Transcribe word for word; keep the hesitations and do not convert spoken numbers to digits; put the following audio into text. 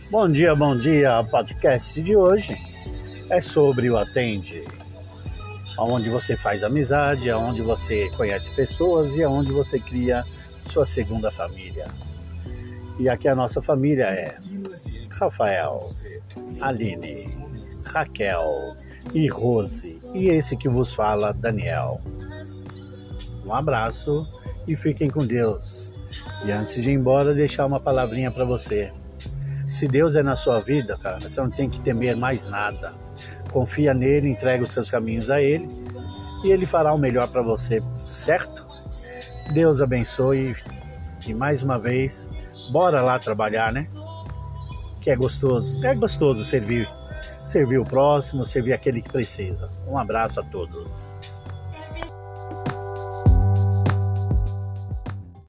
Bom dia, bom dia. O podcast de hoje é sobre o Atende, onde você faz amizade, onde você conhece pessoas e onde você cria sua segunda família. E aqui a nossa família é Rafael, Aline, Raquel e Rose. E esse que vos fala, Daniel. Um abraço e fiquem com Deus. E antes de ir embora, deixar uma palavrinha para você. Se Deus é na sua vida, cara, você não tem que temer mais nada. Confia nele, entrega os seus caminhos a ele e ele fará o melhor para você, certo? Deus abençoe e mais uma vez, bora lá trabalhar, né? Que é gostoso, é gostoso servir, servir o próximo, servir aquele que precisa. Um abraço a todos.